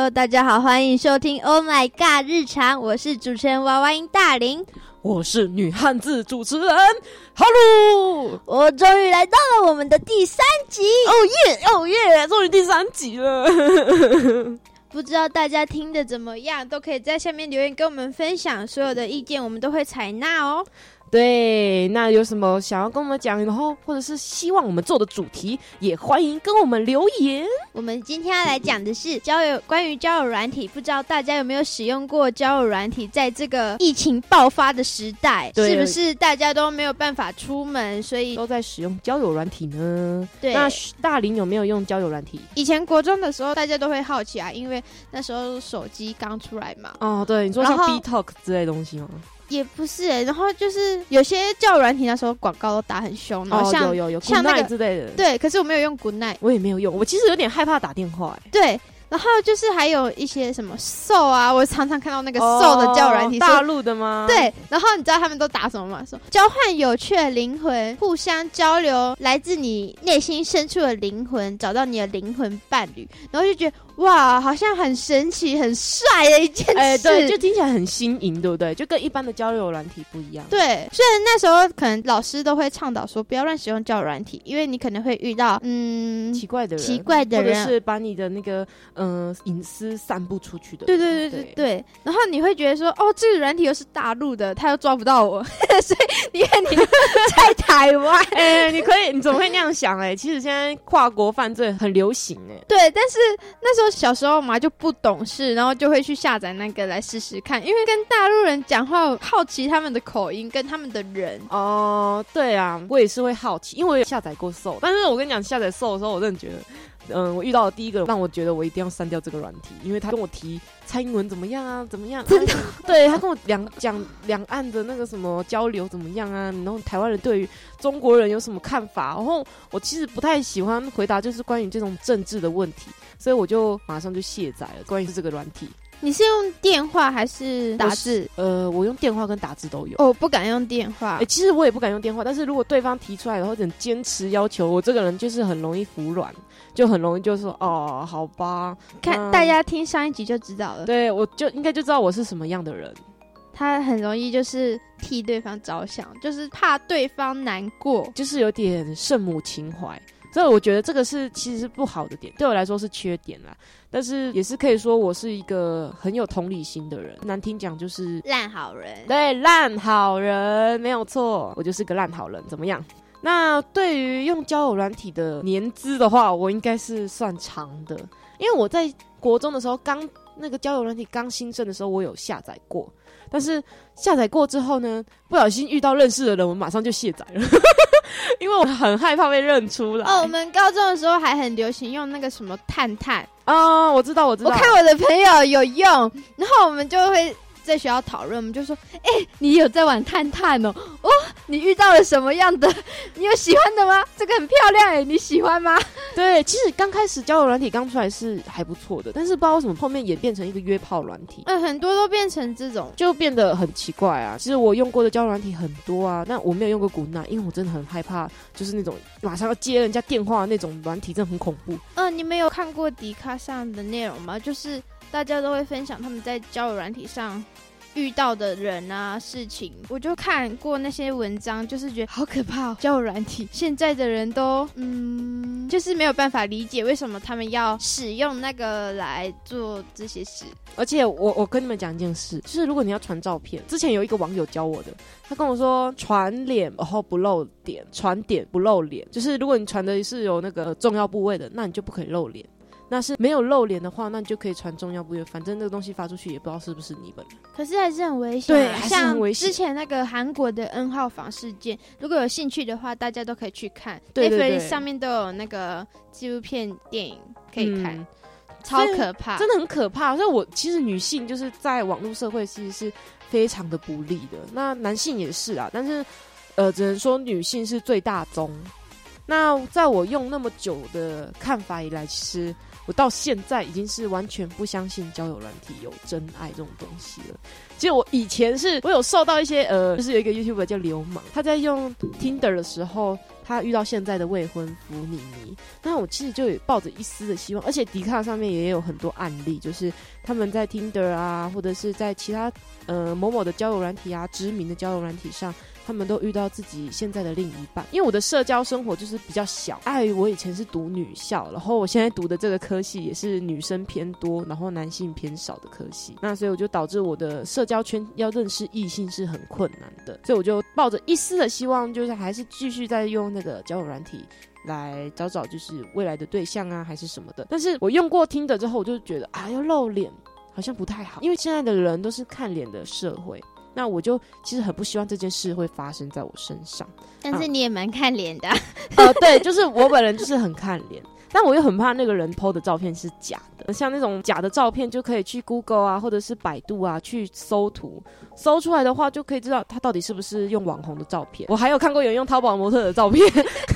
Hello， 大家好，欢迎收听 Oh My God 日常，我是主持人娃娃音大林， 我是女汉子主持人Hello， 我终于来到了我们的第3集， 哦耶，终于第3集了。 不知道大家听得怎么样，都可以在下面留言跟我们分享，所有的意见我们都会采纳哦。 对，那有什么想要跟我们讲，然后或者是希望我们做的主题，也欢迎跟我们留言。 我们今天要来讲的是关于交友软体，不知道大家有没有使用过交友软体？在这个疫情爆发的时代，是不是大家都没有办法出门，所以都在使用交友软体呢？ 对， 那大林有没有用交友软体？ 以前国中的时候，大家都会好奇啊，因为那时候手机刚出来嘛。 哦，对，你说像 B-Talk 之类的东西吗？ 也不是然后就是有些交友软体那时候广告都打很凶，然后像有像那个之类的。 对，可是我没有用 Good Night， 我也没有用，我其实有点害怕打电话对。然后就是还有一些什么Soul啊，我常常看到那个Soul的交友软体， 大陆的吗？ 对，然后你知道他们都打什么吗？说交换有趣的灵魂，互相交流来自你内心深处的灵魂，找到你的灵魂伴侣，然后就觉得哇，好像很神奇、很帅的一件事。 对，就听起来很新颖，对不对？就跟一般的交友软体不一样。 对，虽然那时候可能老师都会倡导说不要乱使用交友软体，因为你可能会遇到奇怪的人， 或者是把你的那个隐私散布出去的。 对。然后你会觉得说，哦，这个软体又是大陆的，他又抓不到我，所以你看你在台湾， 你怎么会那样想？其实现在跨国犯罪很流行对，但是那时候小时候嘛就不懂事，然后就会去下载那个来试试看，因为跟大陆人讲话，好奇他们的口音跟他们的人。 对啊，我也是会好奇，因为我有下载过 Soul， 但是我跟你讲，下载 Soul 的时候，我真的觉得。我遇到的第一个让我觉得我一定要删掉这个软体，因为他跟我提蔡英文怎么样啊，怎么样？真的？对，他跟我讲两岸的那个什么交流怎么样啊，然后台湾人对于中国人有什么看法？然后我其实不太喜欢回答就是关于这种政治的问题，所以我就马上就卸载了关于这个软体。 你是用电话还是打字？ 我用电话跟打字都有。 我不敢用电话。 其实我也不敢用电话，但是如果对方提出来，然后很坚持要求，我这个人就是很容易服软，就很容易就说好吧。 看大家听上一集就知道了。 对，我就应该就知道我是什么样的人。 他很容易就是替对方着想，就是怕对方难过， 就是有点圣母情怀。所以我觉得这个其实是不好的点，对我来说是缺点啦。但是也是可以说我是一个很有同理心的人，难听讲就是烂好人。对， 烂好人没有错，我就是个烂好人，怎么样？那对于用交友软体的年资的话，我应该是算长的，因为我在国中的时候那个交友软体刚兴盛的时候，我有下载过，但是下载过之后呢，不小心遇到认识的人，我马上就卸载了。因为我很害怕被认出来。 我们高中的时候还很流行用那个什么探探我知道。我看我的朋友有用，然后我们就会在学校讨论，我们就说你有在玩探探哦，你遇到了什么样的？你有喜欢的吗？这个很漂亮你喜欢吗？ 对，其实刚开始交友软体刚出来是还不错的，但是不知道为什么后面演变成一个约炮软体， 很多都变成这种， 就变得很奇怪啊。其实我用过的交友软体很多啊，但我没有用过Good Night，因为我真的很害怕，就是那种马上要接人家电话的那种软体，真的很恐怖。 你们有看过迪卡上的内容吗？就是大家都会分享他们在交友软体上遇到的人啊事情，我就看过那些文章，就是觉得好可怕交友软体现在的人都就是没有办法理解为什么他们要使用那个来做这些事。 而且我跟你们讲一件事，就是如果你要传照片，之前有一个网友教我的，他跟我说传脸然后不露点，传点不露脸，就是如果你传的是有那个重要部位的，那你就不可以露脸。那是没有露脸的话，那你就可以传重要部位，反正那个东西发出去也不知道是不是你本人。 可是还是很危险， 对，还是很危险。 像之前那个韩国的 N 号房事件，如果有兴趣的话，大家都可以去看。 对对对， Netflix 上面都有那个纪录片电影可以看，超可怕， 真的很可怕。所以其实女性就是在网络社会其实是非常的不利的，那男性也是啊，但是只能说女性是最大宗。那在我用那么久的看法以来，其实我到现在已经是完全不相信交友软体有真爱这种东西了。 其实我以前我有受到一些就是有一个 YouTuber 叫流氓，他在用 Tinder 的时候，他遇到现在的未婚夫妮妮，那我其实就有抱着一丝的希望，而且迪卡上面也有很多案例，就是他们在 Tinder 啊，或者是在其他某某的交友软体啊，知名的交友软体上，他们都遇到自己现在的另一半。因为我的社交生活就是比较小，我以前是读女校，然后我现在读的这个科系也是女生偏多，然后男性偏少的科系，那所以我就导致我的社交圈要认识异性是很困难的，所以我就抱着一丝的希望，就是还是继续在用那个交友软体来找就是未来的对象啊，还是什么的。但是我用过Tinder之后，我就觉得要露脸好像不太好，因为现在的人都是看脸的社会，那我就其实很不希望这件事会发生在我身上。 但是你也蛮看脸的对，就是我本人就是很看脸，但我又很怕那个人 po 的照片是假的，像那种假的照片就可以去 Google 啊，或者是百度啊去搜图，搜出来的话就可以知道他到底是不是用网红的照片。我还有看过有人用淘宝模特的照片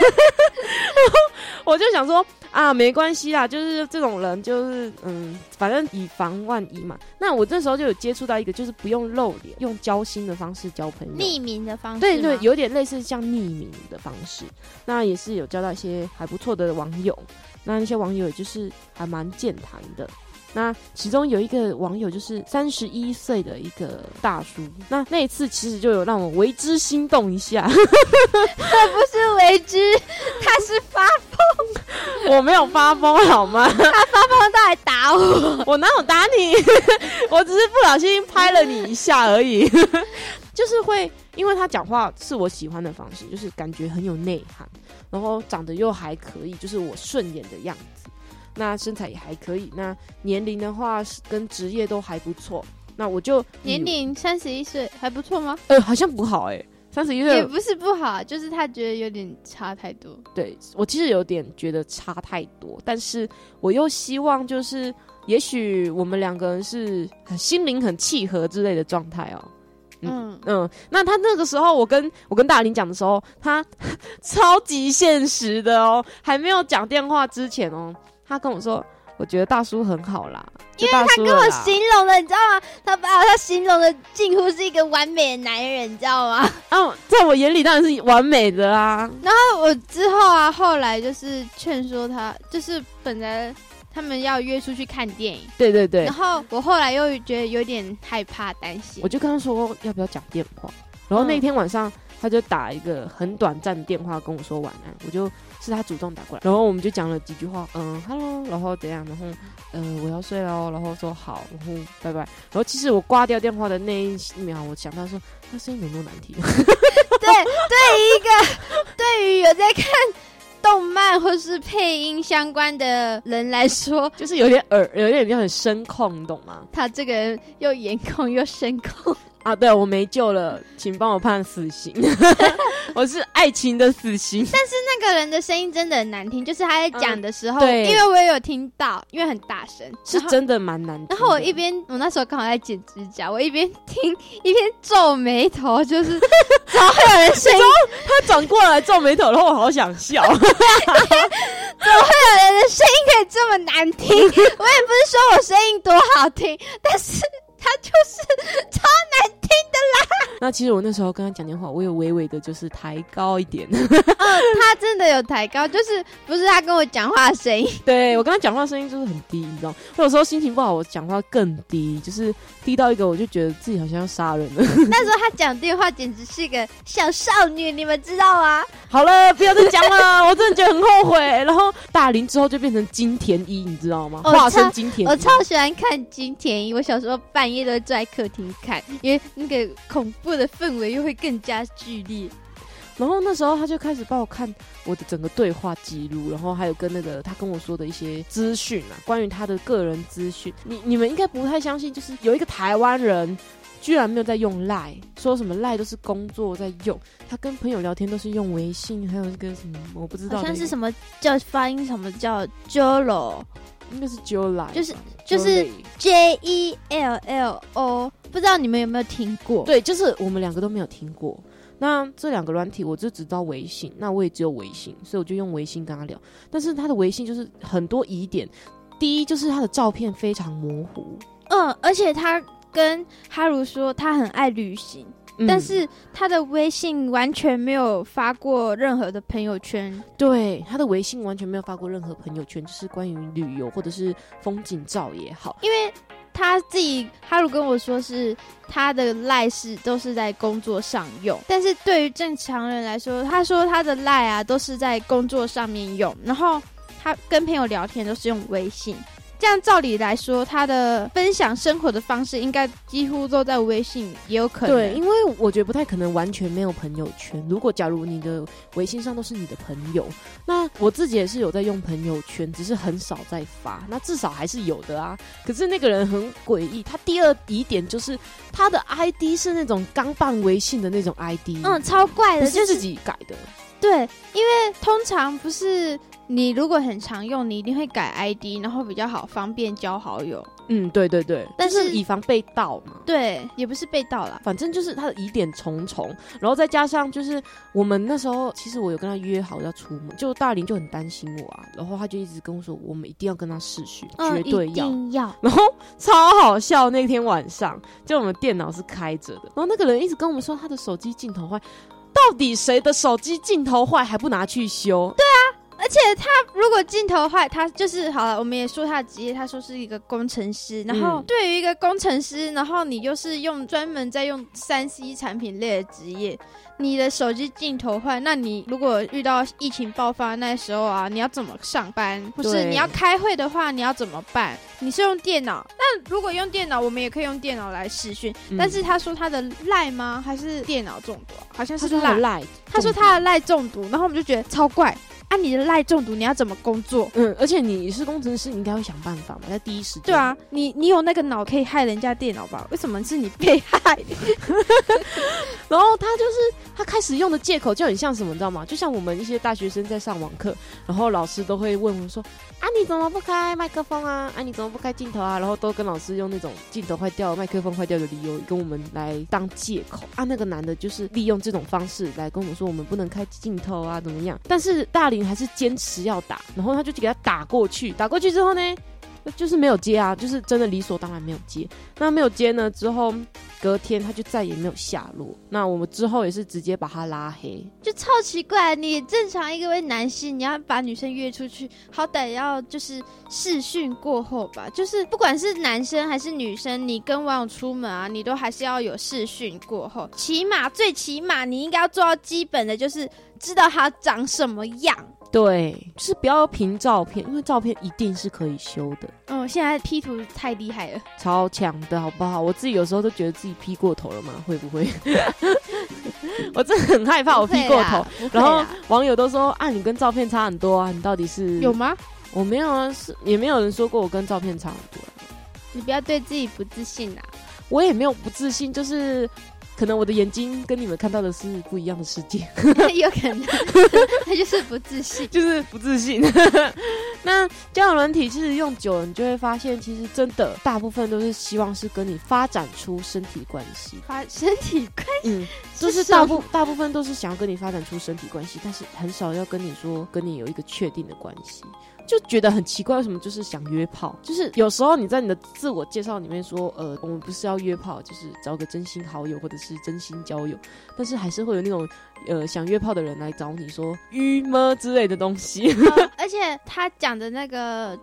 我就想说没关系啦，就是这种人就是反正以防万一嘛。那我这时候就有接触到一个就是不用露脸，用交心的方式交朋友， 匿名的方式， 对对，有点类似像匿名的方式。那也是有交到一些还不错的网友，那些网友也就是还蛮健谈的。那其中有一个网友就是31岁的一个大叔，那一次其实就有让我为之心动一下他不是为之，他是发疯我没有发疯好吗他发疯到来打我我哪有打你我只是不小心拍了你一下而已就是会因为他讲话是我喜欢的方式，就是感觉很有内涵，然后长得又还可以，就是我顺眼的样子，那身材也还可以，那年龄的话跟职业都还不错，那我就年龄31岁还不错吗？ 好像不好31岁也不是不好，就是他觉得有点差太多。 对，我其实有点觉得差太多，但是我又希望就是也许我们两个人是心灵很契合之类的状态那他那个时候我跟大林讲的时候，他超级现实的还没有讲电话之前他跟我说我觉得大叔很好啦， 因为他跟我形容的你知道吗，他把他形容的近乎是一个完美的男人，你知道吗在我眼里当然是完美的啊。 然后我之后后来就是劝说他，就是本来他们要约出去看电影， 对对对， 然后我后来又觉得有点害怕担心， 我就跟他说要不要讲电话，然后那天晚上他就打一个很短暂的电话跟我说晚安，是他主动打过来，然后我们就讲了几句话，hello， 然后怎样，然后我要睡了，然后说好，然后拜拜。然后其实我挂掉电话的那一秒，我想到说他声音有多难听对于有在看动漫或是配音相关的人来说， 就是有点很声控，你懂吗？ 他这个人又颜控又声控对，我没救了，请帮我判死刑我是爱情的死刑。 但是那个人的声音真的很难听，就是他在讲的时候， 对， 因为我也有听到，因为很大声， 是真的蛮难听的。 然后我那时候刚好在剪指甲，我一边听一边皱眉头，就是怎么会有人声音他转过来皱眉头，然后我好想笑怎么会有人的声音可以这么难听我也不是说我声音多好听，但是他就是超难听的啦那其实我那时候跟他讲电话，我有微微的就是抬高一点他真的有抬高，就是不是他跟我讲话的声音， 对，我跟他讲话声音就是很低，你知道，我有时候心情不好我讲话更低，就是低到一个我就觉得自己好像要杀人了那时候他讲电话简直是一个小少女，你们知道吗？ 好了，不要再讲了我真的觉得很后悔。然后大林之后就变成金田一，你知道吗？化身金田一， 我超喜欢看金田一，我小时候半夜都会坐在客厅看，因为那个恐怖的氛围又会更加剧烈。 然后那时候他就开始帮我看我的整个对话记录，然后还有跟他跟我说的一些资讯关于他的个人资讯。你们应该不太相信，就是有一个台湾人居然没有在用 LINE， 说什么 LINE 都是工作在用，他跟朋友聊天都是用微信，还有一个什么我不知道， 好像是什么叫发音，什么叫 Jolo， 应该是 Jola， 就是 JELLO， 不知道你们有没有听过？ 对，就是我们两个都没有听过。那这两个软体我就只知道微信，那我也只有微信，所以我就用微信跟他聊。但是他的微信就是很多疑点，第一就是他的照片非常模糊， 而且他跟哈如说他很爱旅行，但是他的微信完全没有发过任何的朋友圈。 对，他的微信完全没有发过任何朋友圈，就是关于旅游或者是风景照也好。 因为他自己哈鲁跟我说是他的赖是都是在工作上用，但是对于正常人来说，他说他的赖啊都是在工作上面用，然后他跟朋友聊天都是用微信。这样照理来说，他的分享生活的方式应该几乎都在微信，也有可能。 对，因为我觉得不太可能完全没有朋友圈。如果假如你的微信上都是你的朋友，那我自己也是有在用朋友圈，只是很少在发，那至少还是有的啊。可是那个人很诡异，他第二疑点就是他的 ID 是那种刚办微信的那种 ID， 超怪的， 不是自己改的。 对，因为通常不是你如果很常用，你一定会改 ID， 然后比较好方便交好友。 对对对， 但是以防被盗嘛。 对，也不是被盗啦， 反正就是他的疑点重重，然后再加上就是我们那时候其实我有跟他约好要出门，就大林就很担心我啊，然后他就一直跟我说我们一定要跟他视讯，绝对要， 一定要。 然后超好笑，那天晚上就我们电脑是开着的，然后那个人一直跟我们说他的手机镜头坏。到底谁的手机镜头坏还不拿去修？ 对啊，而且他如果镜头坏，他就是好了。我们也说他的职业，他说是一个工程师。然后对于一个工程师，然后你又是专门在用3C 产品类的职业，你的手机镜头坏，那你如果遇到疫情爆发那时候啊，你要怎么上班？或是你要开会的话，你要怎么办？你是用电脑，那如果用电脑，我们也可以用电脑来视讯。但是他说他的赖吗？还是电脑中毒？好像是赖。他说他的赖中毒，然后我们就觉得超怪。你的赖中毒，你要怎么工作？ 而且你是工程师，你应该会想办法嘛，在第一时间。 对啊，你有那个脑可以害人家电脑吧？为什么是你被害？ 然后他开始用的借口就很像什么，你知道吗？就像我们一些大学生在上网课，然后老师都会问我们说：“你怎么不开麦克风啊？你怎么不开镜头啊？”然后都跟老师用那种镜头坏掉、麦克风坏掉的理由跟我们来当借口。那个男的就是利用这种方式来跟我们说我们不能开镜头啊，怎么样？但是大林还是坚持要打，然后他就给他打过去之后呢，就是没有接啊，就是真的理所当然没有接。那没有接呢之后，隔天他就再也没有下落。那我们之后也是直接把他拉黑， 就超奇怪。你正常一位男性，你要把女生约出去，好歹要就是视讯过后吧，就是不管是男生还是女生，你跟网友出门啊，你都还是要有视讯过后，最起码你应该要做到基本的，就是知道他长什么样。 对，就是不要凭照片，因为照片一定是可以修的。 现在 P 图太厉害了， 超强的好不好？我自己有时候都觉得自己 P 过头了嘛，会不会？我真的很害怕我 P 过头，然后网友都说你跟照片差很多啊，你到底是有吗？ 我没有啊，也没有人说过我跟照片差很多。 你不要对自己不自信啊！ 我也没有不自信，就是可能我的眼睛跟你们看到的是不一样的世界。 有可能他就是不自信， 就是不自信。那交友软体其实用久了，你就会发现其实真的大部分都是希望是跟你发展出身体关系。 身体关系就是大部分都是想要跟你发展出身体关系，但是很少要跟你说跟你有一个确定的关系。就觉得很奇怪，为什么就是想约炮？就是有时候你在你的自我介绍里面说，我们不是要约炮，就是找个真心好友或者是真心交友，但是还是会有那种想约炮的人来找你说约吗之类的东西。 而且他讲的那个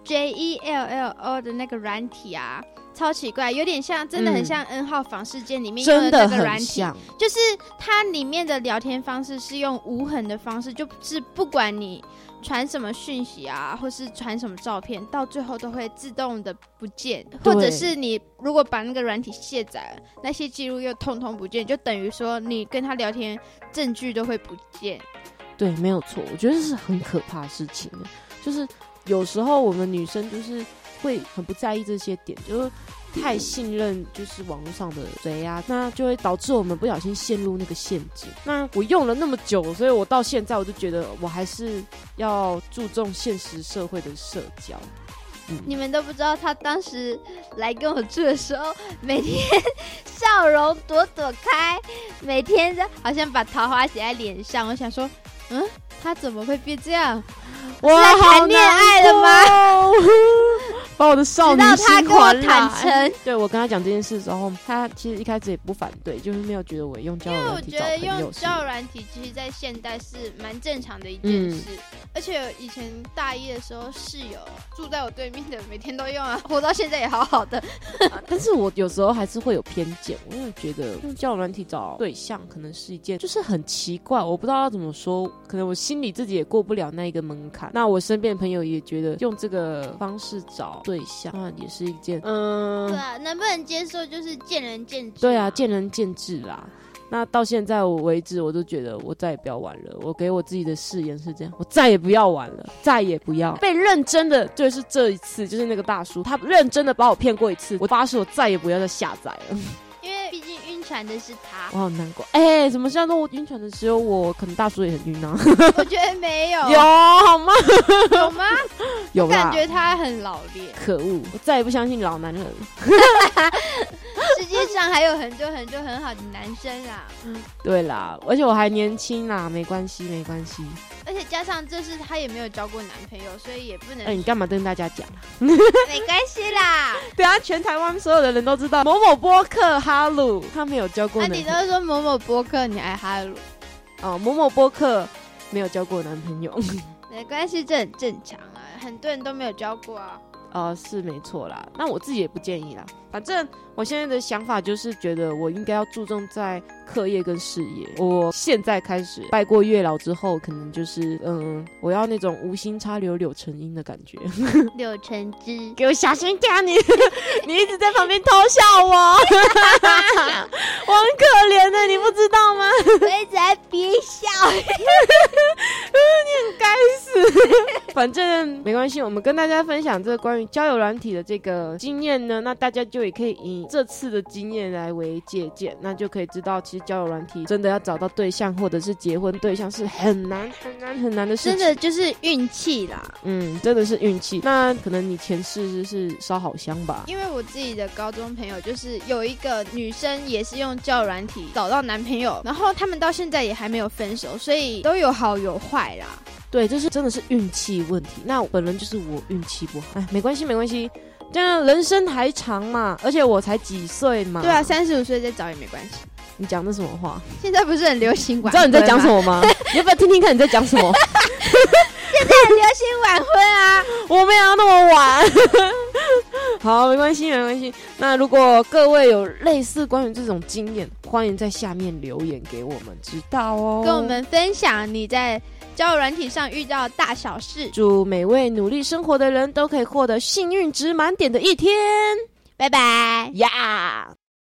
JELLO 的那个软体啊，超奇怪，有点像，真的很像 N 号房事件里面用的那个软体，就是它里面的聊天方式是用无痕的方式，就是不管你传什么讯息啊，或是传什么照片，到最后都会自动的不见，或者是你如果把那个软体卸载了，那些记录又通通不见，就等于说你跟他聊天证据都会不见。 对，没有错，我觉得这是很可怕的事情。就是有时候我们女生就是会很不在意这些点，就是太信任就是网络上的谁啊，那就会导致我们不小心陷入那个陷阱。那我用了那么久，所以我到现在我就觉得我还是要注重现实社会的社交。 你们都不知道他当时来跟我住的时候，每天笑容朵朵开，每天好像把桃花写在脸上。我想说他怎么会变这样？ 我是在谈恋爱了吗？ 把我的少女直到他心跟我还坦来。 诚。 对，我跟他讲这件事的时候，他其实一开始也不反对，就是没有觉得我用交因为我友软体找觉得用朋友是交友软体，其实在现代是蛮正常的一件事。而且以前大一的时候，室友住在我对面的，每天都用啊，活到现在也好好的。 但是我有时候还是会有偏见，我会觉得用交友软体找对象可能是一件就是很奇怪，我不知道要怎么说，可能我心里自己也过不了那一个门槛。那我身边的朋友也觉得用这个方式找对象，那也是一件对啊，能不能接受就是见仁见智。 对啊，见仁见智啦。那到现在为止，我都觉得我再也不要玩了。我给我自己的誓言是这样，我再也不要玩了，再也不要被认真的。就是这一次，就是那个大叔，他认真的把我骗过一次，我发誓我再也不要再下载了。 因为毕竟晕船的是他。 我好难过。怎么现在都晕船的只有我？可能大叔也很晕啊。 我觉得没有。 有好吗？ 有吗？ 有啦。 感觉他很老练。 可恶！我再也不相信老男人了。 世界上还有很多很多很好的男生啊。 对啦，而且我还年轻啦，没关系，没关系。 而且加上这是他也没有交过男朋友，所以也不能。 你干嘛跟大家讲啊？ 没关系啦。 对啊，全台湾所有的人都知道某某播客哈鲁他没有交过男朋友。 你都说某某播客你爱哈鲁某某播客没有交过男朋友。 没关系，这很正常啊，很多人都没有交过啊。 是没错啦，那我自己也不建议啦。反正我现在的想法就是觉得我应该要注重在课业跟事业。我现在开始拜过月老之后，可能就是我要那种无心插柳柳成荫的感觉。 柳橙汁， 给我小心点你！你一直在旁边偷笑我，我很可怜的，你不知道吗？ 我一直在憋笑。 你很该死。反正没关系，我们跟大家分享这个关于交友软体的这个经验呢，那大家就也可以以这次的经验来为借鉴，那就可以知道其实交友软体真的要找到对象或者是结婚对象是很难的事情， 真的就是运气啦。 真的是运气。那可能你前世是烧好香吧。 因为我自己的高中朋友就是有一个女生也是用交友软体找到男朋友，然后他们到现在也还没有分手，所以都有好有坏啦。 对，这是真的是运气问题。那本人就是我运气不好，没关系，这样人生还长嘛，而且我才几岁嘛。 对啊，35岁再找也没关系。 你讲的什么话？ 现在不是很流行晚婚吗？ 你知道你在讲什么吗？你要不要听听看你在讲什么？ 现在很流行晚婚啊， 我没有那么晚。好，没关系。那如果各位有类似关于这种经验，欢迎在下面留言给我们知道哦， 跟我们分享你在交友软体上遇到大小事。 祝每位努力生活的人都可以获得幸运值满点的一天。 拜拜呀。